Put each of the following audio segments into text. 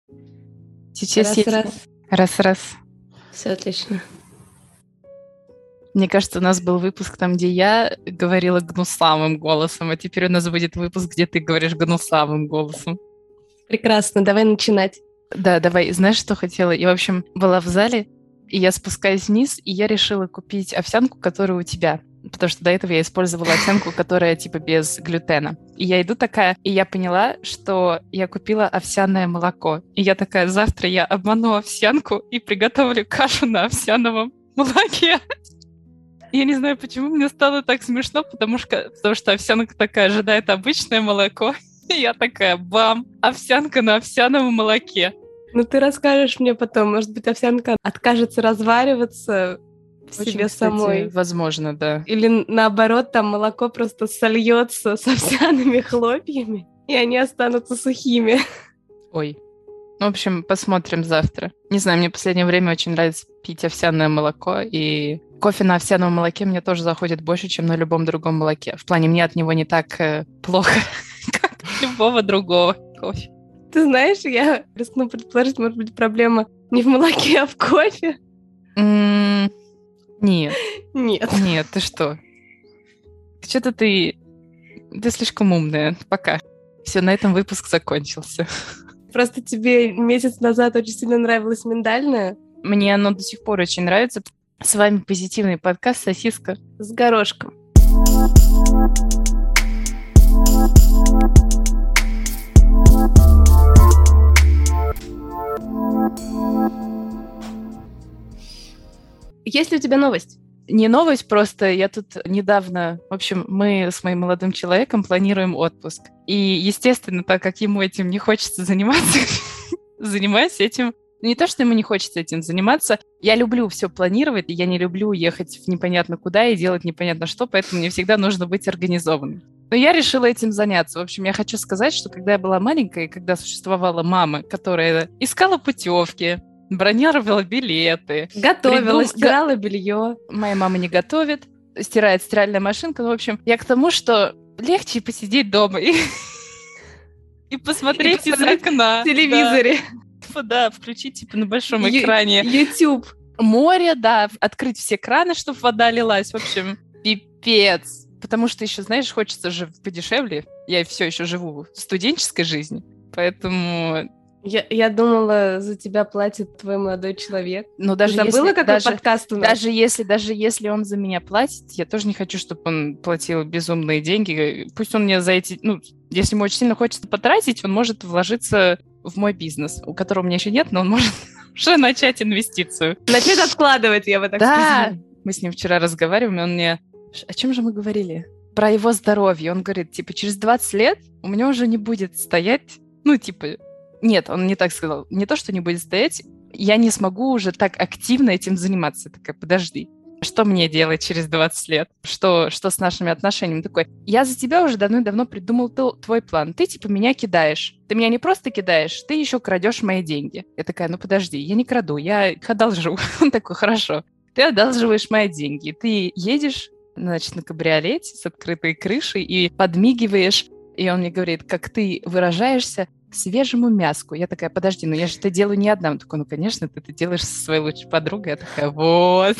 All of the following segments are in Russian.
Сейчас Раз-раз. Раз-раз. Все отлично. Мне кажется, у нас был выпуск там, где я говорила гнусавым голосом, а теперь у нас будет выпуск, где ты говоришь гнусавым голосом. Прекрасно, давай начинать. Да, давай. Знаешь, что хотела? Я, в общем, была в зале, и я спускаюсь вниз, и я решила купить овсянку, которая у тебя. Потому что до этого я использовала овсянку, которая типа без глютена. И я иду такая, и я поняла, что я купила овсяное молоко. И я такая, завтра я обману овсянку и приготовлю кашу на овсяном молоке. Я не знаю, почему мне стало так смешно, потому что овсянка такая ожидает обычное молоко. И я такая, бам, овсянка на овсяном молоке. Ну, ты расскажешь мне потом, может быть, овсянка откажется развариваться в Очень, себе кстати, самой. возможно, да. Или наоборот, там молоко просто сольется с овсяными хлопьями, и они останутся сухими. Ой. Ну, в общем, посмотрим завтра. Не знаю, мне в последнее время очень нравится пить овсяное молоко, и кофе на овсяном молоке мне тоже заходит больше, чем на любом другом молоке. В плане, мне от него не так плохо, как от любого другого кофе. Ты знаешь, я рискну предположить, может быть, проблема не в молоке, а в кофе? Нет. Нет. Нет, ты что? Что-то ты слишком умная. Пока. Все, на этом выпуск закончился. Просто тебе месяц назад очень сильно нравилось миндальное. Мне оно до сих пор очень нравится. С вами позитивный подкаст «Сосиска с горошком». Есть ли у тебя новость? Не новость, просто я тут недавно... В общем, мы с моим молодым человеком планируем отпуск. И, естественно, так как ему этим не хочется заниматься, занимаюсь этим. Не то, что ему не хочется этим заниматься. Я люблю все планировать, и я не люблю ехать в непонятно куда и делать непонятно что, поэтому мне всегда нужно быть организованным. Но я решила этим заняться. В общем, я хочу сказать, что когда я была маленькая, и когда существовала мама, которая искала путевки, бронировала билеты. Готовила, стирала белье. Моя мама не готовит, стирает стиральная машинка. Ну, в общем, я к тому, что легче посидеть дома и посмотреть из окна. В телевизоре. Да, включить типа на большом экране. YouTube. Море, да, открыть все краны, чтобы вода лилась. В общем, пипец. Потому что еще, знаешь, хочется же подешевле. Я все еще живу в студенческой жизни, поэтому... Я думала, за тебя платит твой молодой человек. Но даже ты забыла, какой подкаст у нас? Даже если он за меня платит, я тоже не хочу, чтобы он платил безумные деньги. Пусть он мне за эти... Ну, если ему очень сильно хочется потратить, он может вложиться в мой бизнес, у которого у меня еще нет, но он может уже начать инвестицию. Начать откладывать, я бы так сказала. Да, мы с ним вчера разговариваем, и он мне... О чем же мы говорили? Про его здоровье. Он говорит, типа, через 20 лет у меня уже не будет стоять... Ну, типа... Нет, он не так сказал. Не то, что не будет стоять, я не смогу уже так активно этим заниматься. Я такая, подожди, что мне делать через 20 лет? Что с нашими отношениями? Такой, я за тебя уже давно придумал твой план. Ты типа меня кидаешь. Ты меня не просто кидаешь, ты еще крадешь мои деньги. Я такая, ну подожди, я не краду, я их одолжу. Он такой, хорошо, ты одалживаешь мои деньги. Ты едешь, значит, на кабриолете с открытой крышей и подмигиваешь. И он мне говорит, как ты выражаешься, свежему мяску. Я такая, подожди, ну я же это делаю не одна. Он такой, ну, конечно, ты это делаешь со своей лучшей подругой. Я такая, вот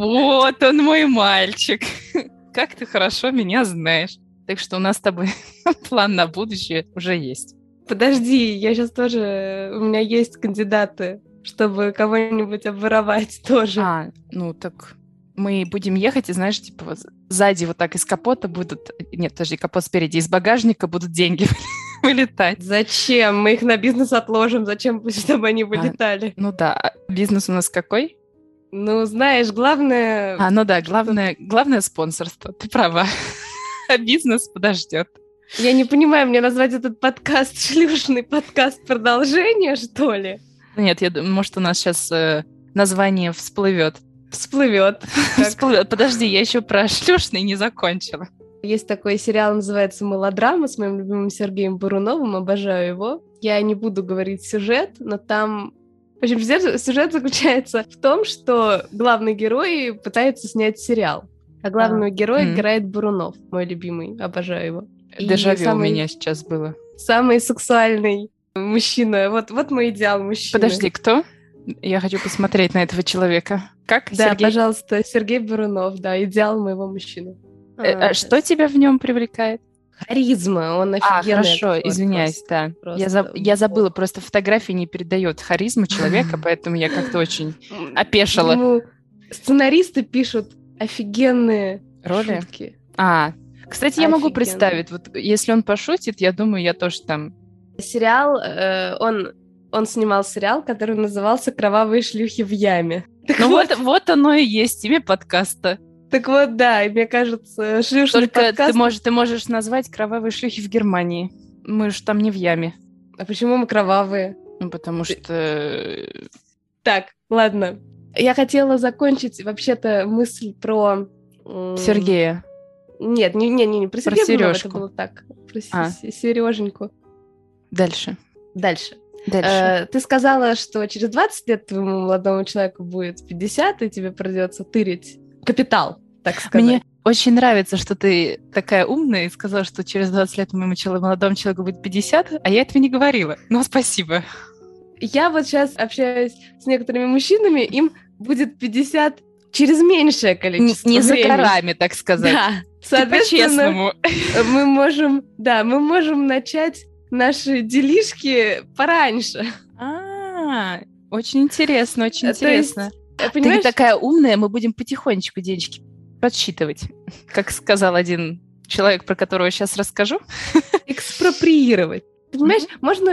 он мой мальчик. Как ты хорошо меня знаешь. Так что у нас с тобой план на будущее уже есть. Подожди, я сейчас тоже... У меня есть кандидаты, чтобы кого-нибудь обворовать тоже. Ну так... Мы будем ехать, и, знаешь, типа вот сзади вот так из капота будут... Нет, подожди, капот спереди. Из багажника будут деньги вылетать. Зачем? Мы их на бизнес отложим. Зачем, чтобы они вылетали? Ну да. Бизнес у нас какой? Ну, знаешь, главное... Ну да, главное спонсорство. Ты права. А бизнес подождет. Я не понимаю, мне назвать этот подкаст шлюшный подкаст продолжение, что ли? Нет, я думаю, может, у нас сейчас название всплывет. Всплывет. Подожди, я еще про шлюшный не закончила. Есть такой сериал, называется «Мылодрама» с моим любимым Сергеем Буруновым, обожаю его. Я не буду говорить сюжет, но там... В общем, сюжет заключается в том, что главный герой пытается снять сериал, а главного героя играет Бурунов, мой любимый, обожаю его. Дежавю у меня сейчас было. Самый сексуальный мужчина. Вот мой идеал мужчины. Подожди, кто? Я хочу посмотреть на этого человека. Как? Да, Сергей? пожалуйста, Сергей Бурунов, да, идеал моего мужчины. Что тебя в нем привлекает? Харизма, он офигенный хорошо, актер, извиняюсь, да. просто Я забыла, просто фотография не передает харизму человека, поэтому я как-то очень опешила. Ему сценаристы пишут офигенные роли. Шутки. Кстати, я могу представить, вот если он пошутит, я думаю, я тоже там. Сериал, он снимал сериал, который назывался «Кровавые шлюхи в яме». Ну вот оно и есть имя подкаста. Так вот, да, и мне кажется, шлюшный подкаст... Только ты можешь назвать «Кровавые шлюхи в Германии». Мы же там не в яме. А почему мы кровавые? Ну, потому что... Так, ладно. Я хотела закончить вообще-то мысль про... Сергея. Нет, не про Сергея Бурунова, это было так. Про Сереженьку. Дальше. Ты сказала, что через 20 лет твоему молодому человеку будет 50, и тебе придется тырить капитал, так сказать. Мне очень нравится, что ты такая умная и сказала, что через 20 лет моему молодому человеку будет 50, а я этого не говорила. Но спасибо. Я вот сейчас общаюсь с некоторыми мужчинами, им будет 50 через меньшее количество времени. За горами, так сказать. Да, соответственно, по-честному. мы можем начать наши делишки пораньше. Очень интересно, очень интересно. Понимаешь? Ты такая умная, мы будем потихонечку денежки подсчитывать. Как сказал один человек, про которого сейчас расскажу. Экспроприировать. Понимаешь, можно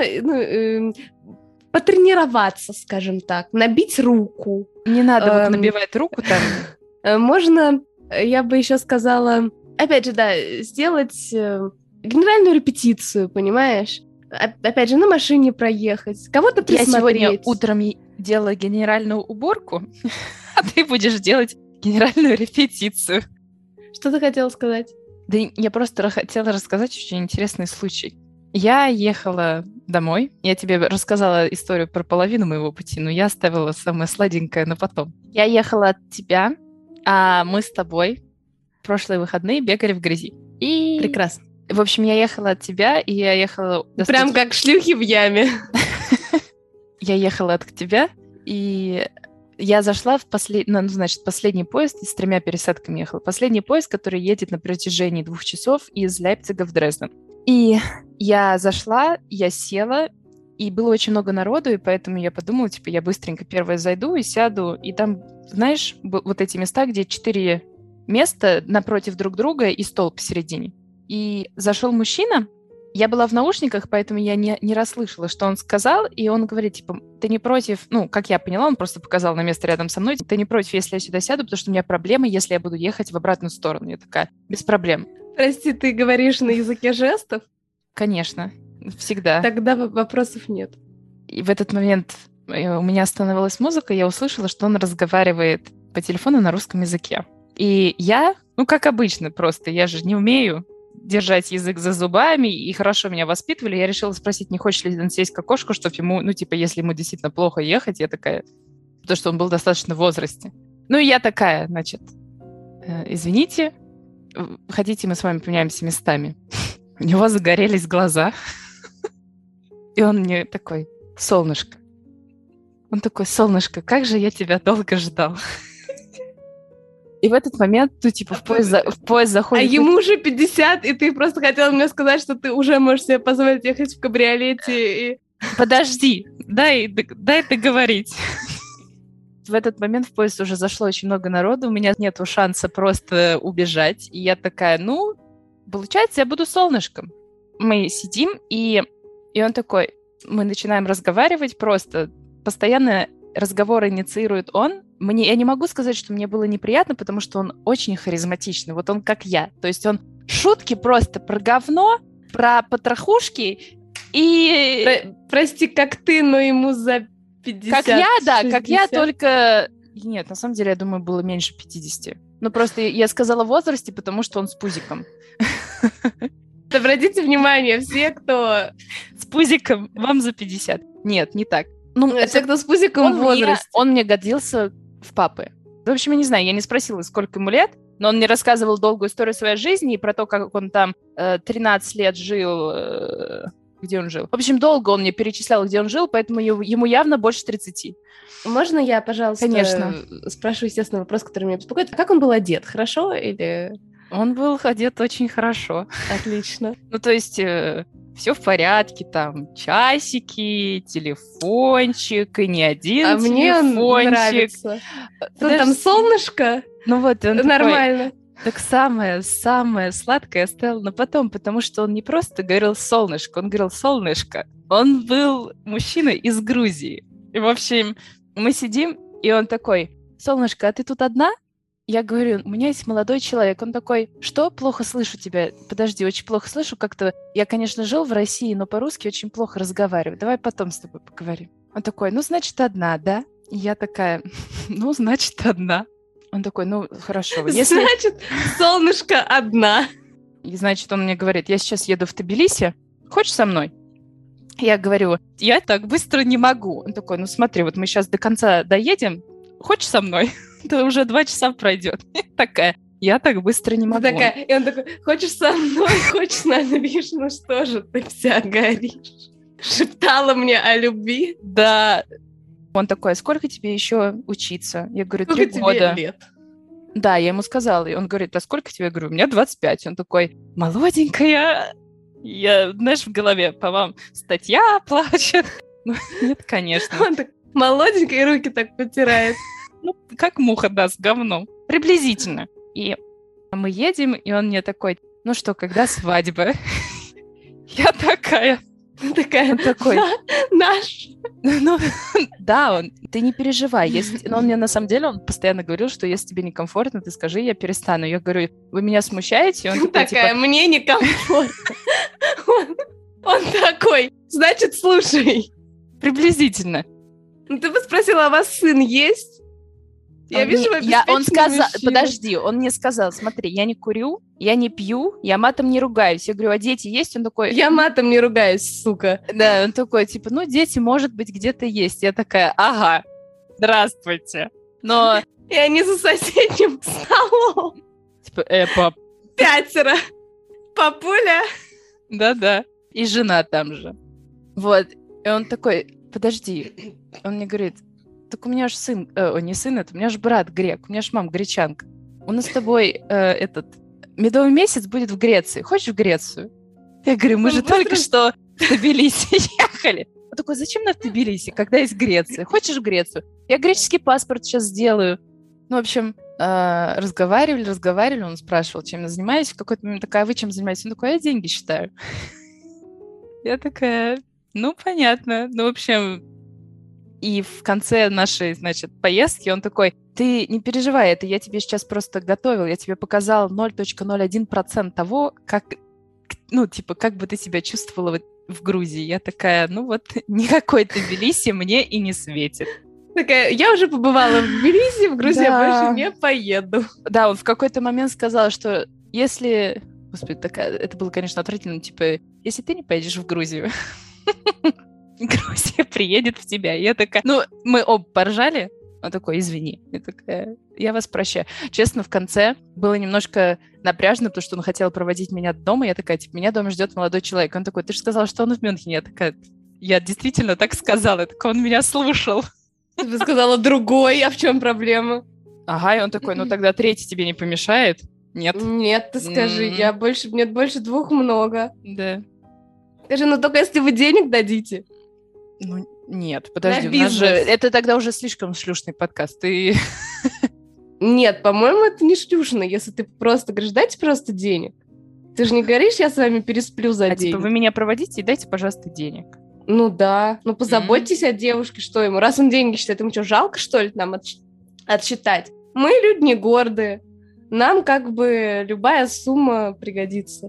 потренироваться, скажем так, набить руку. Не надо набивать руку там. Можно, я бы еще сказала, опять же, да, сделать генеральную репетицию, понимаешь? Опять же, на машине проехать, кого-то присмотреть. Я сегодня утром делала генеральную уборку, а ты будешь делать генеральную репетицию. Что ты хотела сказать? Да я просто хотела рассказать очень интересный случай. Я ехала домой. Я тебе рассказала историю про половину моего пути, но я оставила самое сладенькое на потом. Я ехала от тебя, а мы с тобой в прошлые выходные бегали в грязи. Прекрасно. В общем, я ехала от тебя, и я ехала... Прям как шлюхи в яме. Я ехала от тебя, и я зашла в последний поезд, и с 3 пересадками ехала. Последний поезд, который едет на протяжении 2 часов из Лейпцига в Дрезден. И я зашла, я села, и было очень много народу, и поэтому я подумала, я быстренько первая зайду и сяду, и там, знаешь, вот эти места, где 4 места напротив друг друга и стол посередине. И зашел мужчина, я была в наушниках, поэтому я не расслышала, что он сказал, и он говорит, ты не против, как я поняла, он просто показал на место рядом со мной, ты не против, если я сюда сяду, потому что у меня проблемы, если я буду ехать в обратную сторону. Я такая, без проблем. Прости, ты говоришь на языке жестов? Конечно, всегда. Тогда вопросов нет. И в этот момент у меня остановилась музыка, я услышала, что он разговаривает по телефону на русском языке. И я, как обычно просто, я же не умею держать язык за зубами, и хорошо меня воспитывали, я решила спросить, не хочет ли он сесть к окошку, чтобы ему, если ему действительно плохо ехать, я такая, потому что он был достаточно в возрасте. И я такая, извините, хотите, мы с вами поменяемся местами? У него загорелись глаза, и он мне такой, солнышко. Он такой, солнышко, как же я тебя долго ждал. И в этот момент, в поезд заходит... А ему уже 50, и ты просто хотела мне сказать, что ты уже можешь себе позволить ехать в кабриолете и... Подожди, дай договорить. В этот момент в поезд уже зашло очень много народу, у меня нету шанса просто убежать. И я такая, получается, я буду солнышком. Мы сидим, и он такой, мы начинаем разговаривать просто, постоянно разговоры инициирует он. Я не могу сказать, что мне было неприятно, потому что он очень харизматичный. Вот он как я. То есть он шутки просто про говно, про потрохушки и... Прости, как ты, но ему за 50. Как я, только... Нет, на самом деле, я думаю, было меньше 50. Просто я сказала в возрасте, потому что он с пузиком. Обратите внимание, все, кто... С пузиком, вам за 50. Нет, не так. Все, кто с пузиком в возрасте. Он мне годился в папы. В общем, я не знаю, я не спросила, сколько ему лет, но он мне рассказывал долгую историю своей жизни и про то, как он там 13 лет жил где он жил. В общем, долго он мне перечислял, где он жил, поэтому ему явно больше 30. Можно я, пожалуйста, Конечно. спрошу, естественно, вопрос, который меня беспокоит. Как он был одет? Хорошо или... Он был одет очень хорошо. Отлично. Ну, то есть все в порядке, там часики, телефончик, и не один телефончик. Мне он нравится. Там солнышко? Ну вот, он нормально. Так самое сладкое оставил на потом, потому что он не просто говорил солнышко, он говорил солнышко. Он был мужчина из Грузии. И, в общем, мы сидим, и он такой: солнышко, а ты тут одна? Я говорю: у меня есть молодой человек. Он такой: что? Плохо слышу тебя. Подожди, очень плохо слышу как-то. Я, конечно, жил в России, но по-русски очень плохо разговариваю. Давай потом с тобой поговорим. Он такой: ну, значит, одна, да? И я такая: ну, значит, одна. Он такой: ну, хорошо. Значит, солнышко одна. И, значит, он мне говорит: я сейчас еду в Тбилиси. Хочешь со мной? Я говорю: я так быстро не могу. Он такой: ну, смотри, вот мы сейчас до конца доедем. Хочешь со мной? Да уже 2 часа пройдет. Такая: я так быстро не могу. И он такой: хочешь со мной, хочешь с нами? Видишь, ну что же ты вся горишь? Шептала мне о любви. Да. Он такой: сколько тебе еще учиться? Я говорю: 3 года. Тебе лет? Да, я ему сказала. И он говорит: а сколько тебе? Я говорю: у меня 25. Он такой: молоденькая. Я, знаешь, в голове: по вам статья плачет. Ну, нет, конечно. Он так молоденький, и руки так потирает. Ну, как муха, да, с говном. Приблизительно. И мы едем, и он мне такой: ну что, когда свадьба? Я такая... Он такой: наш. Ну, да, ты не переживай. Но он мне, на самом деле, он постоянно говорил, что если тебе некомфортно, ты скажи, я перестану. Я говорю: вы меня смущаете? Он такой, такая: мне некомфортно. Он такой: значит, слушай. Приблизительно. Ну, ты бы спросила: а у вас сын есть? Я вижу, он сказал, подожди, он мне сказал: смотри, я не курю, я не пью, я матом не ругаюсь. Я говорю: а дети есть? Он такой: я матом не ругаюсь, сука. Да, он такой, типа: ну, дети, может быть, где-то есть. Я такая: ага, здравствуйте. Но... И они за соседним столом. Типа: пап. 5. Папуля. Да-да. И жена там же. Вот. И он такой: подожди. Он мне говорит: так у меня же сын... не сын, это у меня же брат грек, у меня же мама гречанка. У нас с тобой медовый месяц будет в Греции. Хочешь в Грецию? Я говорю: мы же только что в Тбилиси ехали. Он такой: зачем нам в Тбилиси, когда есть Греция? Хочешь в Грецию? Я греческий паспорт сейчас сделаю. Ну, в общем, разговаривали, он спрашивал, чем я занимаюсь. В какой-то момент такая: вы чем занимаетесь? Он такой: я деньги считаю. Я такая: ну, понятно. Ну, в общем... И в конце нашей, значит, поездки он такой: ты не переживай, это я тебе сейчас просто готовил, я тебе показал 0,01% того, как, ну, типа, как бы ты себя чувствовала в Грузии. Я такая: ну вот, никакой Тбилиси мне и не светит. Такая: я уже побывала в Тбилиси, в Грузию я больше не поеду. Да, он в какой-то момент сказал, что если... Господи, это было, конечно, отвратительно, типа: если ты не поедешь в Грузию... Грузия приедет в тебя. Я такая... Ну, мы оба поржали. Он такой: извини. Я такая: я вас прощаю. Честно, в конце было немножко напряжно, потому что он хотел проводить меня дома. Я такая: типа, меня дома ждет молодой человек. Он такой: ты же сказала, что он в Мюнхене. Я такая: я действительно так сказала. Я такая: он меня слушал. Ты бы сказала: другой, а в чем проблема? Ага, и он такой: ну тогда 3-й тебе не помешает? Нет. Нет, ты скажи, нет, больше 2 много. Да. Скажи: ну только если вы денег дадите. Ну, нет, подожди, у нас же... Это тогда уже слишком шлюшный подкаст. Ты... Нет, по-моему, это не шлюшно, если ты просто говоришь: дайте просто денег. Ты же не говоришь: я с вами пересплю за деньги. Типа: вы меня проводите и дайте, пожалуйста, денег. Ну да, ну позаботьтесь о девушке, что ему. Раз он деньги считает, ему что, жалко, что ли, нам отсчитать? Мы люди не гордые. Нам как бы любая сумма пригодится.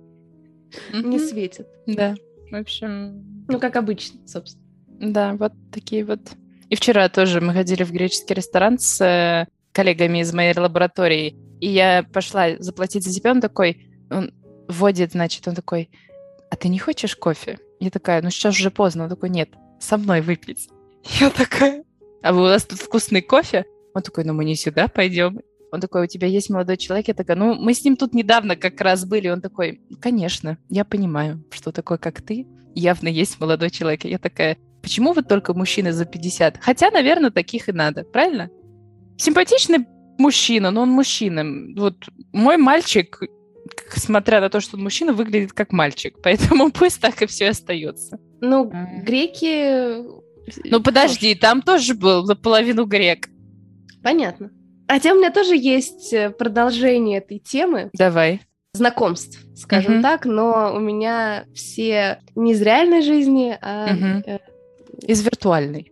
Не светит. Да, в общем... Ну, как обычно, собственно. Да, вот такие вот. И вчера тоже мы ходили в греческий ресторан с коллегами из моей лаборатории, и я пошла заплатить за себя, он вводит, значит, он такой: а ты не хочешь кофе? Я такая: ну сейчас уже поздно. Он такой: нет, со мной выпить. Я такая: а у вас тут вкусный кофе? Он такой: ну мы не сюда пойдем. Он такой: у тебя есть молодой человек? Я такая: ну мы с ним тут недавно как раз были. Он такой: конечно, я понимаю, что такой, как ты, явно есть молодой человек. И я такая, почему вы только мужчины за 50? Хотя, наверное, таких и надо, правильно? Симпатичный мужчина, но он мужчина. Вот мой мальчик, смотря на то, что он мужчина, выглядит как мальчик. Поэтому пусть так и все остается. Ну, греки... Ну, подожди, там тоже был наполовину грек. Понятно. Хотя у меня тоже есть продолжение этой темы. Давай. Знакомств, скажем так, но у меня все не из реальной жизни, а... из виртуальной.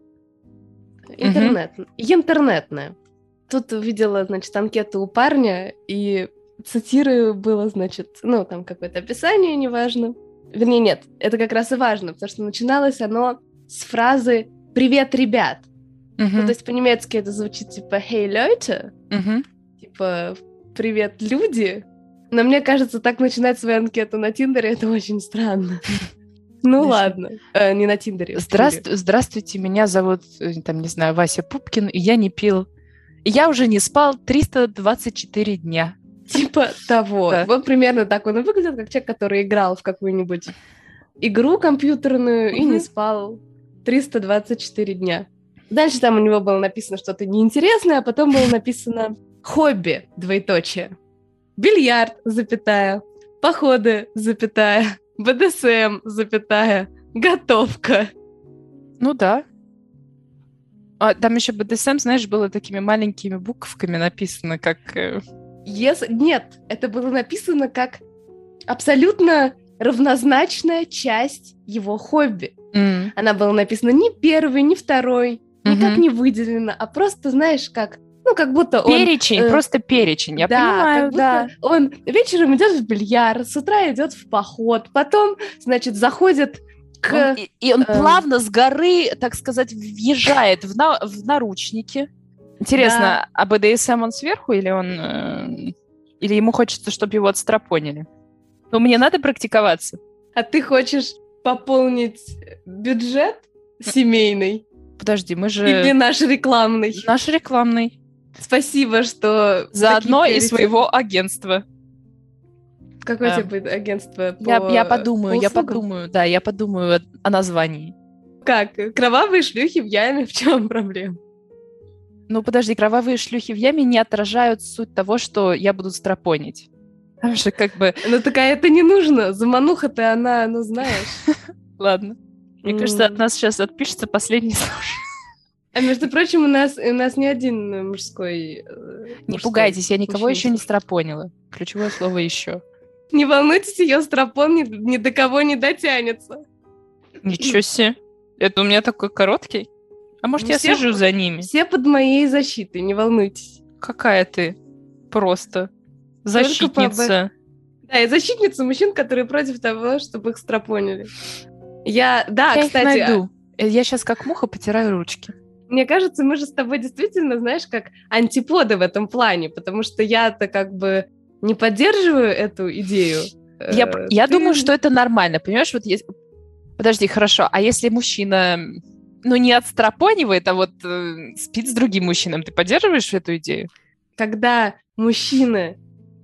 Интернетная. Тут увидела, значит, анкету у парня, и цитирую было, значит, ну, там какое-то описание, неважно. Вернее, нет, это как раз и важно, потому что начиналось оно с фразы «Привет, ребят». Ну, то есть по-немецки это звучит типа «Hey, Leute», типа «Привет, люди». Но мне кажется, так начинать свою анкету на Тиндере — это очень странно. Ну ладно, не на Тиндере. Здравствуйте, меня зовут, там, не знаю, Вася Пупкин, и я не пил. И я уже не спал 324 дня. Типа того. Да. Вот примерно так он и выглядит, как человек, который играл в какую-нибудь игру компьютерную и не спал 324 дня. Дальше там у него было написано что-то неинтересное, а потом было написано «Хобби», двоеточие. Бильярд, запятая. Походы, запятая. БДСМ, запятая. Готовка. Ну да. А там еще БДСМ, знаешь, было такими маленькими буквами написано, как... Нет, это было написано как абсолютно равнозначная часть его хобби. Она была написана не первый, не второй, никак не выделена, а просто, знаешь, как... Ну, как будто он... Перечень, просто перечень, я понимаю, да. Он вечером идет в бильярд, с утра идет в поход, потом, значит, заходит к... Он плавно с горы, так сказать, въезжает в наручники. Интересно, а БДСМ он сверху или он... Или ему хочется, чтобы его отстрапонили? Ну, мне надо практиковаться. А ты хочешь пополнить бюджет семейный? Подожди, мы же... Или наш рекламный? Наш рекламный. Спасибо, что... Заодно и своего агентства. Какое у тебя будет агентство? Я подумаю о названии. Как? Кровавые шлюхи в яме? В чем проблема? Ну, подожди, кровавые шлюхи в яме не отражают суть того, что я буду страпонить. Потому что как бы... Ну, такая это не нужно. Замануха-то она, ну, знаешь. Ладно. Мне кажется, от нас сейчас отпишется последний слушатель. А между прочим, у нас не один мужской... Не пугайтесь, я никого еще не страпонила. Ключевое слово «еще». Не волнуйтесь, ее страпон ни до кого не дотянется. Ничего себе. Это у меня такой короткий? А может, я слежу за ними? Все под моей защитой, не волнуйтесь. Какая ты просто защитница. Да, я защитница мужчин, которые против того, чтобы их страпонили. Я кстати... их найду. Я сейчас как муха потираю ручки. Мне кажется, мы же с тобой действительно, знаешь, как антиподы в этом плане, потому что я-то как бы не поддерживаю эту идею. Я думаю, что это нормально, понимаешь? Вот есть... Подожди, хорошо, а если мужчина, ну, не отстрапонивает, а вот спит с другим мужчином, ты поддерживаешь эту идею? Когда мужчина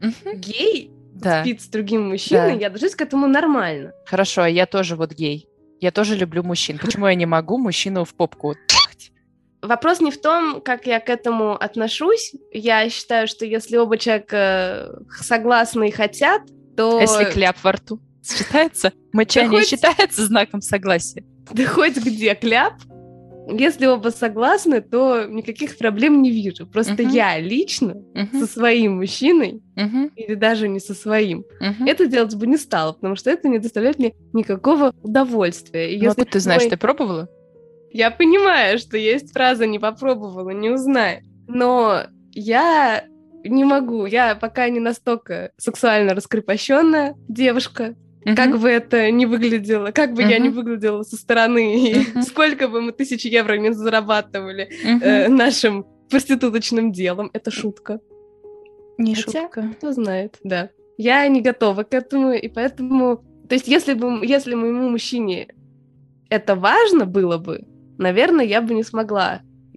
гей спит с другим мужчиной, я отношусь к этому нормально. Хорошо, а я тоже вот гей. Я тоже люблю мужчин. Почему я не могу мужчину в попку трахать? Вопрос не в том, как я к этому отношусь. Я считаю, что если оба человека согласны и хотят, то... Если кляп во рту считается? Мычание считается знаком согласия? Да хоть где кляп. Если оба согласны, то никаких проблем не вижу. Просто я лично со своим мужчиной, или даже не со своим, это делать бы не стала, потому что это не доставляет мне никакого удовольствия. И ну, откуда ты знаешь, ты пробовала? Я понимаю, что есть фраза «не попробовала, не узнаю». Но я не могу. Я пока не настолько сексуально раскрепощенная девушка, как бы это ни выглядело, как бы я ни выглядела со стороны, и сколько бы мы 1000 евро не зарабатывали нашим проституточным делом. Это шутка. Не шутка. Кто знает, да. Я не готова к этому, и поэтому... То есть если моему мужчине это важно было бы, наверное, я бы не смогла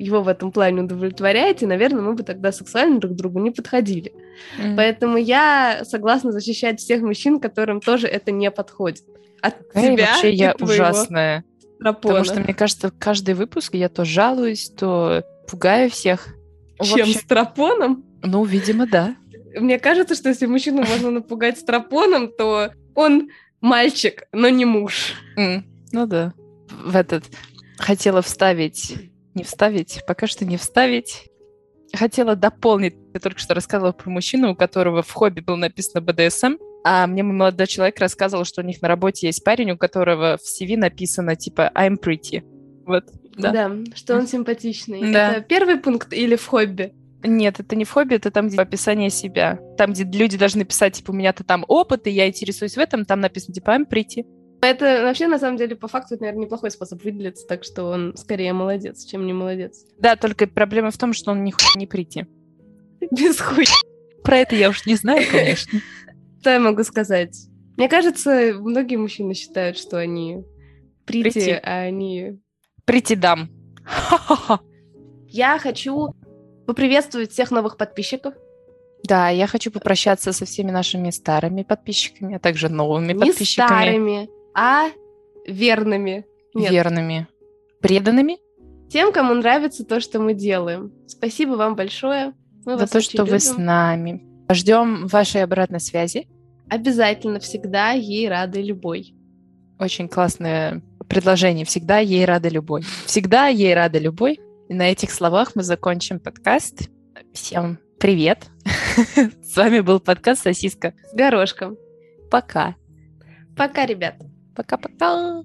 его в этом плане удовлетворяет, и, наверное, мы бы тогда сексуально друг к другу не подходили. Поэтому я согласна защищать всех мужчин, которым тоже это не подходит. От тебя вообще и я твоего ужасная. стропона. Потому что, мне кажется, каждый выпуск я то жалуюсь, то пугаю всех. Чем? Стропоном? Ну, видимо, да. Мне кажется, что если мужчину можно напугать стропоном, то он мальчик, но не муж. Ну да. Хотела не вставить, пока что не вставить. Хотела дополнить. Я только что рассказывала про мужчину, у которого в хобби было написано БДСМ, а мне мой молодой человек рассказывал, что у них на работе есть парень, у которого в CV написано типа «I'm pretty». Вот, да. Да, что он симпатичный. Да. Это первый пункт или в хобби? Нет, это не в хобби, это там, где описание себя. Там, где люди должны писать, типа, у меня-то там опыт, и я интересуюсь в этом, там написано, типа, I'm pretty. Это вообще, на самом деле, по факту, это, наверное, неплохой способ выделиться, так что он скорее молодец, чем не молодец. Да, только проблема в том, что он нихуя не pretty. Без хуя. Про это я уж не знаю, конечно. Что я могу сказать? Мне кажется, многие мужчины считают, что они pretty, а они... Pretty дам. Я хочу поприветствовать всех новых подписчиков. Да, я хочу попрощаться со всеми нашими старыми подписчиками, а также новыми Не подписчиками. старыми, а верными. Нет. Верными. Преданными. Тем, кому нравится то, что мы делаем. Спасибо вам большое. Мы за вас то, очень что любим. вы с нами. Ждем вашей обратной связи. Обязательно, всегда ей рады любой. Очень классное предложение. Всегда ей рада любой. Всегда ей рада любой. И на этих словах мы закончим подкаст. Всем привет. С вами был подкаст «Сосиска с горошком». Пока. Пока, ребят. Пока-пока.